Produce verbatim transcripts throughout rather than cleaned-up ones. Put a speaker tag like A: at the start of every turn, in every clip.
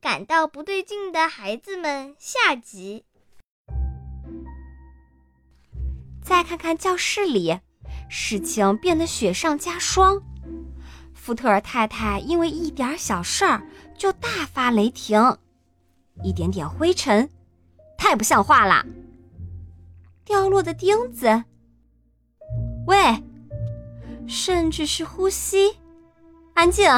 A: 感到不对劲的孩子们下集。
B: 再看看教室里，事情变得雪上加霜。福特尔太太因为一点小事儿就大发雷霆，一点点灰尘，太不像话了。掉落的钉子，喂，甚至是呼吸，安静。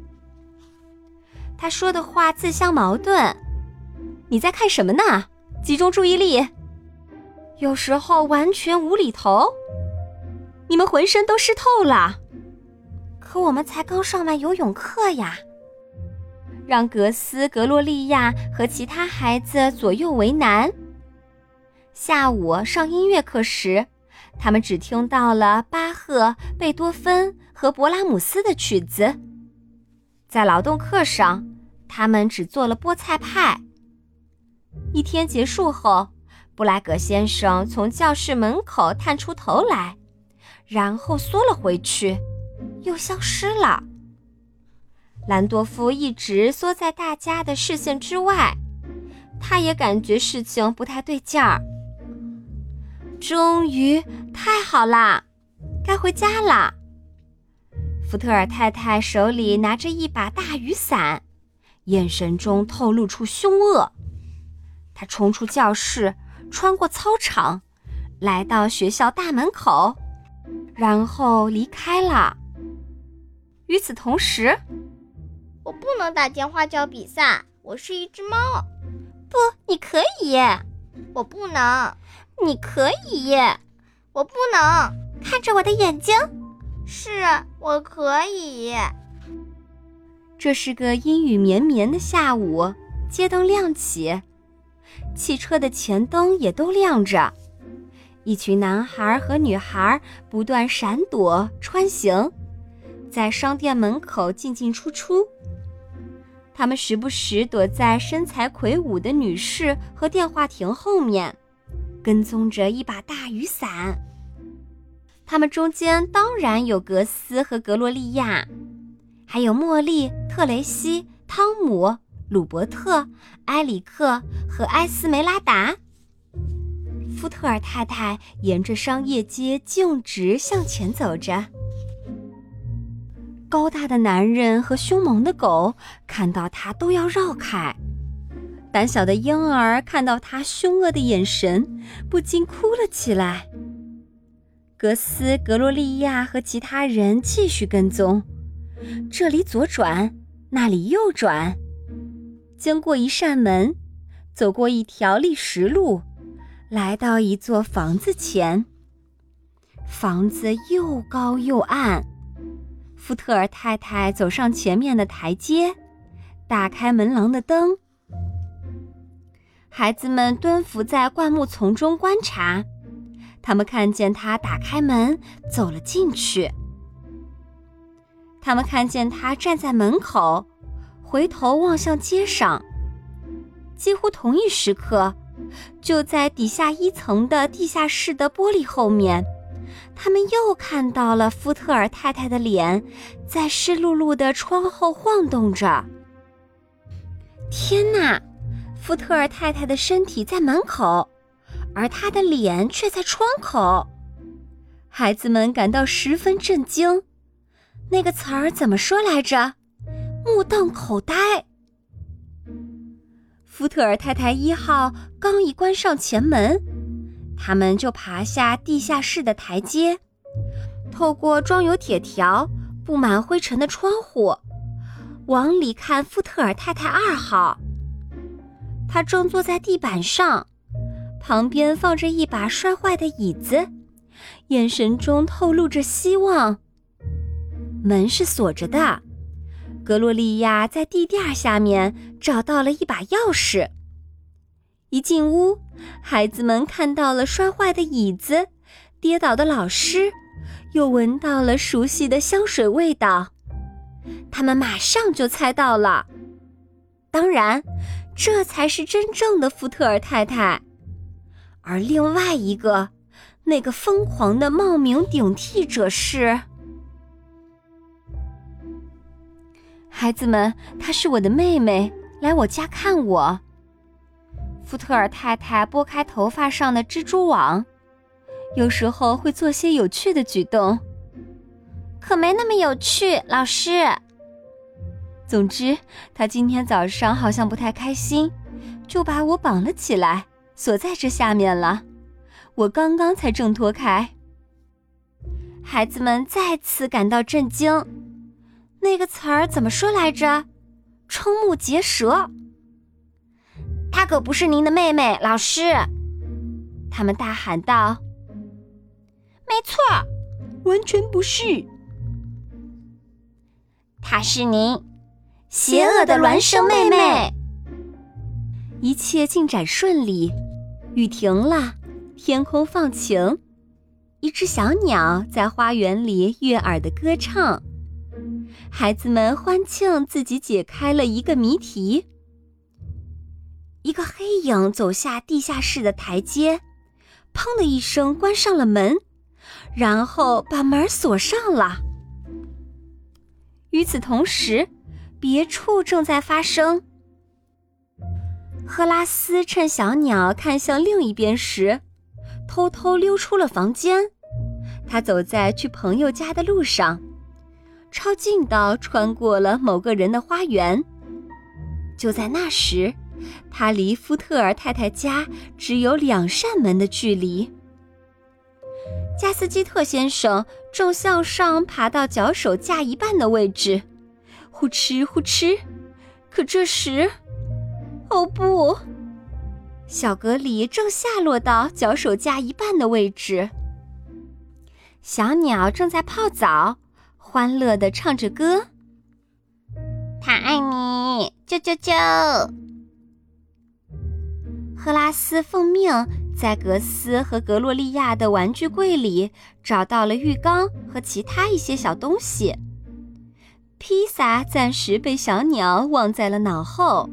B: 他说的话自相矛盾。你在看什么呢？集中注意力。有时候完全无厘头。你们浑身都湿透了。可我们才刚上完游泳课呀。让格斯、格洛丽亚和其他孩子左右为难。下午上音乐课时，他们只听到了巴赫、贝多芬和勃拉姆斯的曲子。在劳动课上，他们只做了菠菜派。一天结束后，布莱格先生从教室门口探出头来，然后缩了回去，又消失了。兰多夫一直缩在大家的视线之外，他也感觉事情不太对劲儿。终于，太好啦，该回家了。福特尔太太手里拿着一把大雨伞，眼神中透露出凶恶。她冲出教室，穿过操场，来到学校大门口，然后离开了。与此同时，
A: 我不能打电话叫比萨，我是一只猫。
B: 不，你可以。
A: 我不能。
B: 你可以。
A: 我不能。
B: 看着我的眼睛。
A: 是，我可以。
B: 这是个阴雨绵绵的下午，街灯亮起，汽车的前灯也都亮着。一群男孩和女孩不断闪躲穿行，在商店门口进进出出。他们时不时躲在身材魁梧的女士和电话亭后面，跟踪着一把大雨伞。他们中间当然有格斯和格洛丽亚，还有茉莉、特雷西、汤姆、鲁伯特、埃里克和埃斯梅拉达。福特尔太太沿着商业街径直向前走着。高大的男人和凶猛的狗看到他都要绕开，胆小的婴儿看到他凶恶的眼神，不禁哭了起来。格斯、格洛丽亚和其他人继续跟踪，这里左转，那里右转，经过一扇门，走过一条砾石路，来到一座房子前。房子又高又暗。福特尔太太走上前面的台阶，打开门廊的灯。孩子们蹲伏在灌木丛中观察，他们看见他打开门走了进去。他们看见他站在门口，回头望向街上。几乎同一时刻，就在底下一层的地下室的玻璃后面，他们又看到了福特尔太太的脸在湿漉漉的窗后晃动着。天哪，福特尔太太的身体在门口，而她的脸却在窗口。孩子们感到十分震惊。那个词儿怎么说来着？目瞪口呆。福特尔太太一号刚一关上前门，他们就爬下地下室的台阶，透过装有铁条、布满灰尘的窗户，往里看福特尔太太二号。她正坐在地板上，旁边放着一把摔坏的椅子，眼神中透露着希望。门是锁着的，格洛丽亚在地垫下面找到了一把钥匙。一进屋，孩子们看到了摔坏的椅子、跌倒的老师，又闻到了熟悉的香水味道。他们马上就猜到了。当然，这才是真正的福特尔太太。而另外一个，那个疯狂的冒名顶替者是……孩子们，她是我的妹妹来我家看我。福特尔太太拨开头发上的蜘蛛网，有时候会做些有趣的举动。
A: 可没那么有趣，老师。
B: 总之，她今天早上好像不太开心，就把我绑了起来，锁在这下面了。我刚刚才挣脱开。孩子们再次感到震惊。那个词儿怎么说来着？瞠目结舌。
A: 她可不是您的妹妹，老师。
B: 他们大喊道。
A: 没错，
B: 完全不是。
A: 她是您邪恶的孪生妹妹。
B: 一切进展顺利，雨停了，天空放晴，一只小鸟在花园里悦耳地歌唱。孩子们欢庆自己解开了一个谜题。一个黑影走下地下室的台阶，砰的一声关上了门，然后把门锁上了。与此同时，别处正在发生。赫拉斯趁小鸟看向另一边时，偷偷溜出了房间。他走在去朋友家的路上，超近地穿过了某个人的花园。就在那时，他离福特尔太太家只有两扇门的距离。加斯基特先生正向上爬到脚手架一半的位置，呼哧呼哧。可这时，哦不，小格里正下落到脚手架一半的位置。小鸟正在泡澡，欢乐地唱着歌。
A: 他爱你，啾啾啾！
B: 赫拉斯奉命在格斯和格洛利亚的玩具柜里找到了浴缸和其他一些小东西。披萨暂时被小鸟忘在了脑后。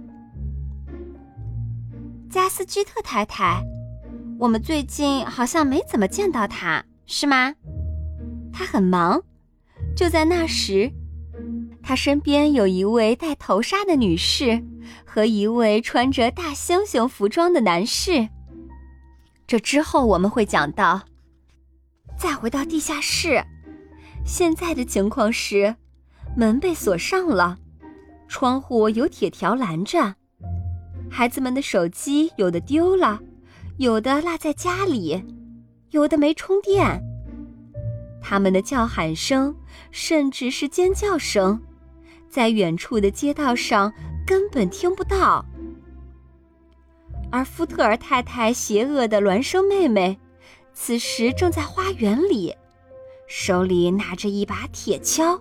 B: 加斯基特太太，我们最近好像没怎么见到她，是吗？她很忙。就在那时，她身边有一位戴头纱的女士和一位穿着大猩猩服装的男士。这之后我们会讲到。再回到地下室，现在的情况是，门被锁上了，窗户有铁条拦着，孩子们的手机有的丢了，有的落在家里，有的没充电。他们的叫喊声，甚至是尖叫声，在远处的街道上根本听不到。而福特尔太太邪恶的孪生妹妹，此时正在花园里，手里拿着一把铁锹。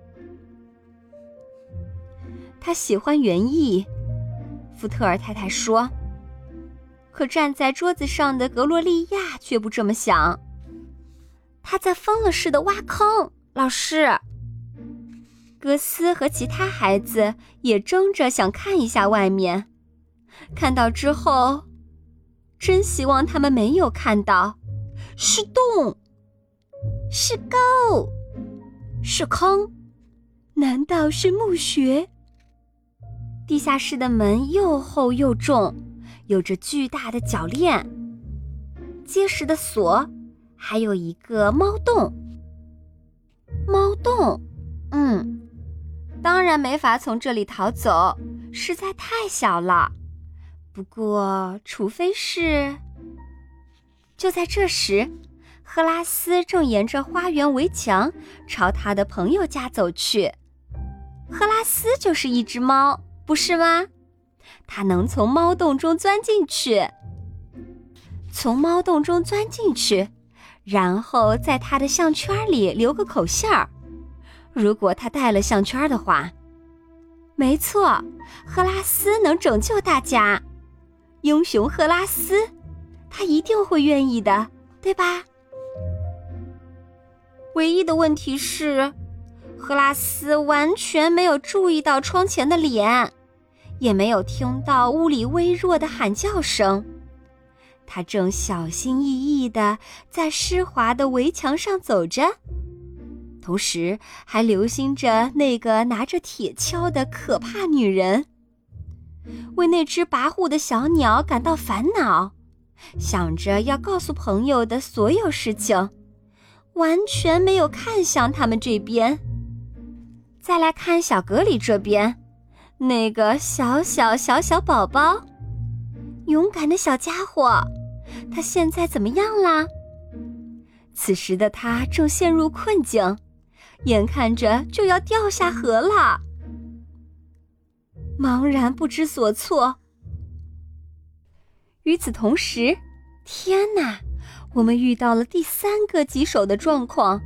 B: 她喜欢园艺，福特尔太太说。可站在桌子上的格洛利亚却不这么想。她在疯了似的挖坑，老师。格斯和其他孩子也争着想看一下外面。看到之后，真希望他们没有看到。是洞，是沟，是坑，难道是墓穴？地下室的门又厚又重，有着巨大的铰链，结实的锁，还有一个猫洞。猫洞，嗯，当然没法从这里逃走，实在太小了。不过，除非是……就在这时，赫拉斯正沿着花园围墙朝他的朋友家走去。赫拉斯就是一只猫，不是吗？它能从猫洞中钻进去，从猫洞中钻进去，然后在它的项圈里留个口信儿。如果它带了项圈的话，没错，赫拉斯能拯救大家。英雄赫拉斯，他一定会愿意的，对吧？唯一的问题是，赫拉斯完全没有注意到窗前的脸，也没有听到屋里微弱的喊叫声。他正小心翼翼地在湿滑的围墙上走着，同时还留心着那个拿着铁锹的可怕女人。 为那只跋扈的小鸟感到烦恼，想着要告诉朋友的所有事情，完全没有看向他们这边。再来看小格里这边，那个小小小小宝宝，勇敢的小家伙，他现在怎么样啦？此时的他正陷入困境，眼看着就要掉下河了，茫然不知所措。与此同时，天哪，我们遇到了第三个棘手的状况。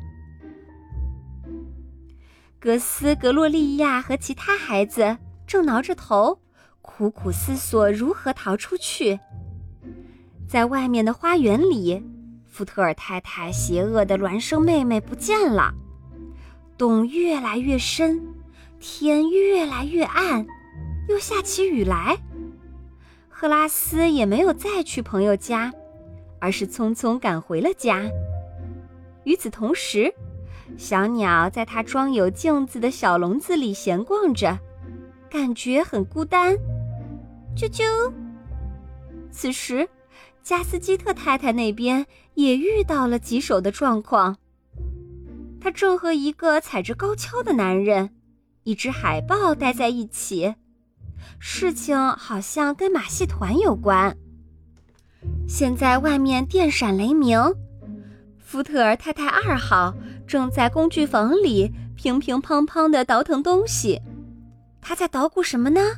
B: 格斯、格洛利亚和其他孩子正挠着头，苦苦思索如何逃出去。在外面的花园里，福特尔太太邪恶的孪生妹妹不见了，洞越来越深，天越来越暗，又下起雨来。赫拉斯也没有再去朋友家，而是匆匆赶回了家。与此同时，小鸟在它装有镜子的小笼子里闲逛着，感觉很孤单。啾啾！此时，加斯基特太太那边也遇到了棘手的状况。她正和一个踩着高跷的男人、一只海豹待在一起，事情好像跟马戏团有关。现在外面电闪雷鸣，福特尔太太二号正在工具房里乒乒乓乓地倒腾东西。她在捣鼓什么呢？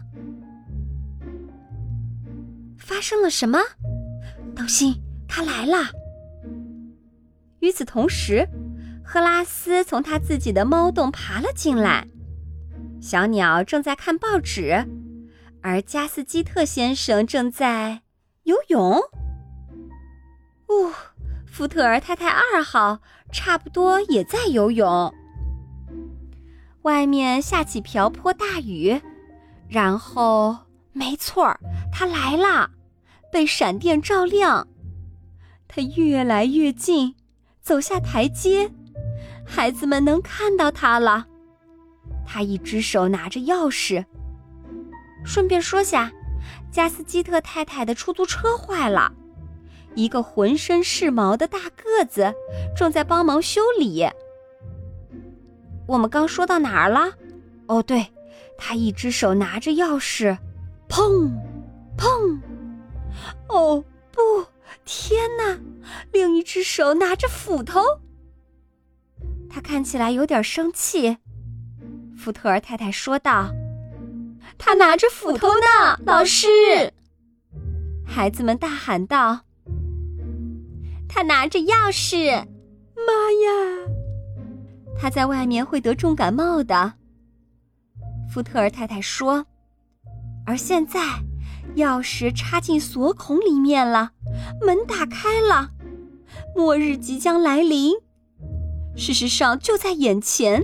B: 发生了什么？当心，他来了！与此同时，赫拉斯从他自己的猫洞爬了进来。小鸟正在看报纸，而加斯基特先生正在游泳。哦，福特尔太太二号差不多也在游泳。外面下起瓢泼大雨，然后，没错，他来了，被闪电照亮。他越来越近，走下台阶，孩子们能看到他了。他一只手拿着钥匙。顺便说下，加斯基特太太的出租车坏了，一个浑身是毛的大个子正在帮忙修理。我们刚说到哪儿了？哦，对，他一只手拿着钥匙，砰砰，哦不，天哪，另一只手拿着斧头。他看起来有点生气。福特尔太太说道：他拿着斧头呢，老师！孩子们大喊道：他拿着钥匙！妈呀！他在外面会得重感冒的。福特尔太太说。而现在，钥匙插进锁孔里面了，门打开了，末日即将来临。事实上，就在眼前。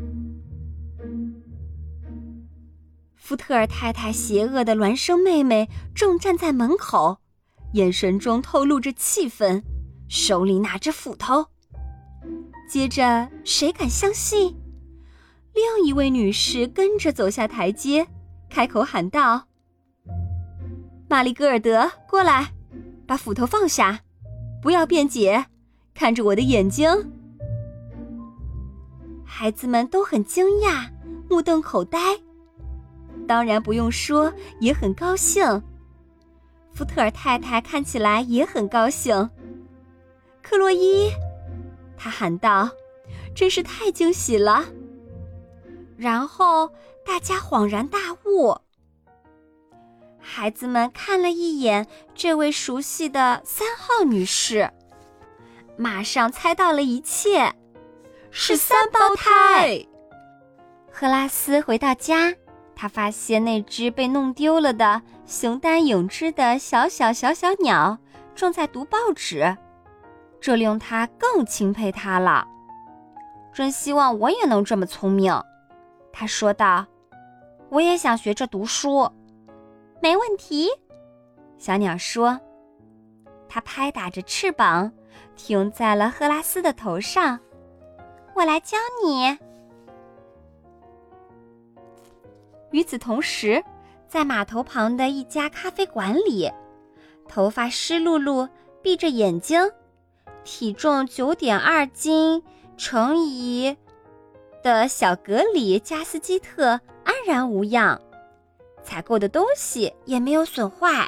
B: 福特尔太太邪恶的孪生妹妹正站在门口，眼神中透露着气愤，手里拿着斧头。接着，谁敢相信？另一位女士跟着走下台阶，开口喊道：玛丽戈尔德，过来，把斧头放下，不要辩解，看着我的眼睛。孩子们都很惊讶，目瞪口呆。当然不用说，也很高兴。福特尔太太看起来也很高兴。克洛伊，她喊道，真是太惊喜了。然后大家恍然大悟。孩子们看了一眼这位熟悉的三号女士，马上猜到了一切，是三胞胎。赫拉斯回到家，他发现那只被弄丢了的形单影只的小小小小鸟正在读报纸，这令他更钦佩它了。真希望我也能这么聪明，他说道。我也想学着读书。没问题，小鸟说。它拍打着翅膀，停在了赫拉斯的头上。我来教你。与此同时， 在码头旁的一家咖啡馆里，头发湿漉漉，闭着眼睛，体重 九点二斤乘以的小格里加斯基特安然无恙，采购的东西也没有损坏。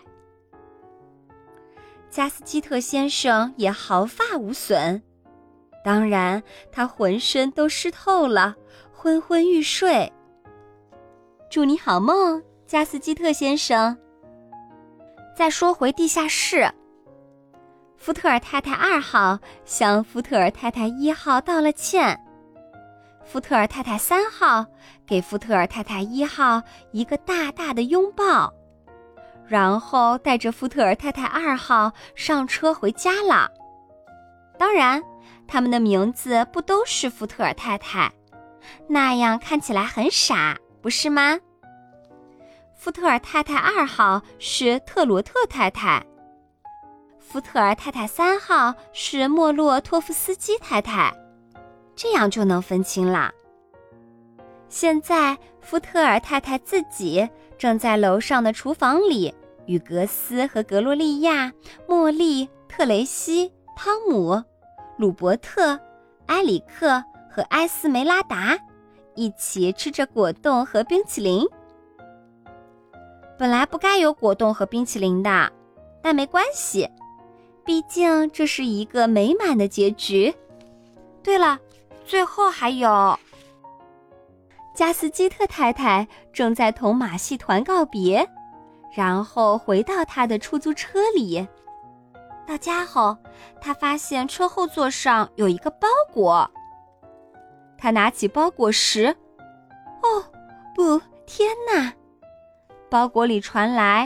B: 加斯基特先生也毫发无损，当然他浑身都湿透了，昏昏欲睡。祝你好梦，加斯基特先生。再说回地下室，福特尔太太二号向福特尔太太一号道了歉，福特尔太太三号给福特尔太太一号一个大大的拥抱，然后带着福特尔太太二号上车回家了。当然，他们的名字不都是福特尔太太，那样看起来很傻，不是吗？福特尔太太二号是特罗特太太，福特尔太太三号是莫洛托夫斯基太太，这样就能分清啦。现在福特尔太太自己正在楼上的厨房里与格斯和格洛利亚、茉莉、特雷西、汤姆、鲁伯特、埃里克和埃斯梅拉达一起吃着果冻和冰淇淋。本来不该有果冻和冰淇淋的，但没关系，毕竟这是一个美满的结局。对了，最后还有，加斯基特太太正在同马戏团告别，然后回到她的出租车里。到家后，她发现车后座上有一个包裹。她拿起包裹时，哦，不，天哪！包裹里传来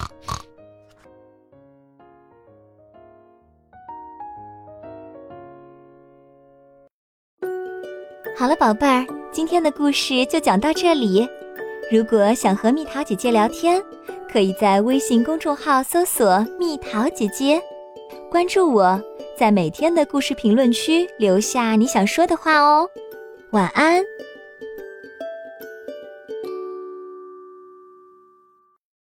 B: 好了，宝贝儿，今天的故事就讲到这里。如果想和蜜桃姐姐聊天，可以在微信公众号搜索蜜桃姐姐，关注我，在每天的故事评论区留下你想说的话哦。晚安。